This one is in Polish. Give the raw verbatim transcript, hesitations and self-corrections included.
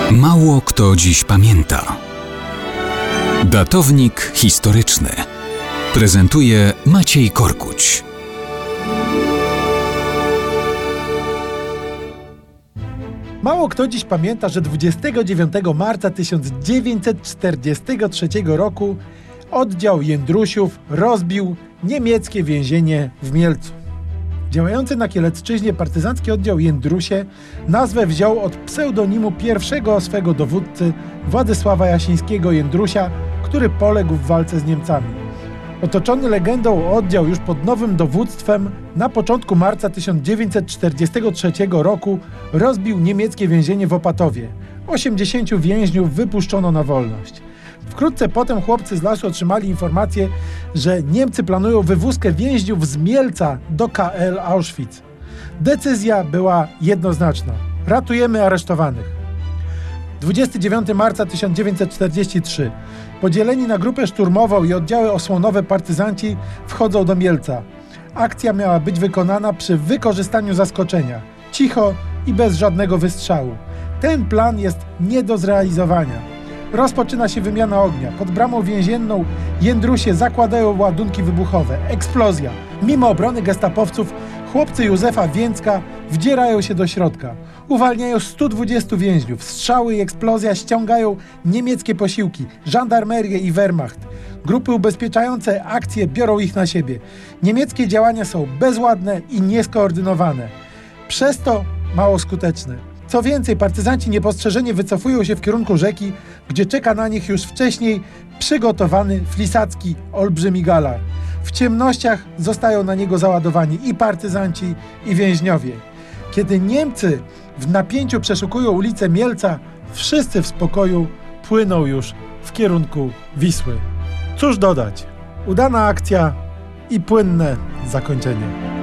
Mało kto dziś pamięta. Datownik historyczny prezentuje Maciej Korkuć. Mało kto dziś pamięta, że dwudziestego dziewiątego marca tysiąc dziewięćset czterdziestego trzeciego roku oddział Jędrusiów rozbił niemieckie więzienie w Mielcu. Działający na Kielecczyźnie partyzancki oddział Jędrusie nazwę wziął od pseudonimu pierwszego swego dowódcy Władysława Jasińskiego Jędrusia, który poległ w walce z Niemcami. Otoczony legendą oddział już pod nowym dowództwem na początku marca tysiąc dziewięćset czterdziestego trzeciego roku rozbił niemieckie więzienie w Opatowie. osiemdziesięciu więźniów wypuszczono na wolność. Wkrótce potem chłopcy z lasu otrzymali informację, że Niemcy planują wywózkę więźniów z Mielca do K L Auschwitz. Decyzja była jednoznaczna. Ratujemy aresztowanych. dwudziestego dziewiątego marca tysiąc dziewięćset czterdziestego trzeciego. Podzieleni na grupę szturmową i oddziały osłonowe partyzanci wchodzą do Mielca. Akcja miała być wykonana przy wykorzystaniu zaskoczenia. Cicho i bez żadnego wystrzału. Ten plan jest nie do zrealizowania. Rozpoczyna się wymiana ognia. Pod bramą więzienną Jędrusie zakładają ładunki wybuchowe. Eksplozja. Mimo obrony gestapowców chłopcy Józefa Więcka wdzierają się do środka. Uwalniają stu dwudziestu więźniów. Strzały i eksplozja ściągają niemieckie posiłki, żandarmerię i Wehrmacht. Grupy ubezpieczające akcje biorą ich na siebie. Niemieckie działania są bezładne i nieskoordynowane. Przez to mało skuteczne. Co więcej, partyzanci niepostrzeżenie wycofują się w kierunku rzeki, gdzie czeka na nich już wcześniej przygotowany flisacki olbrzymi galar. W ciemnościach zostają na niego załadowani i partyzanci, i więźniowie. Kiedy Niemcy w napięciu przeszukują ulice Mielca, wszyscy w spokoju płyną już w kierunku Wisły. Cóż dodać? Udana akcja i płynne zakończenie.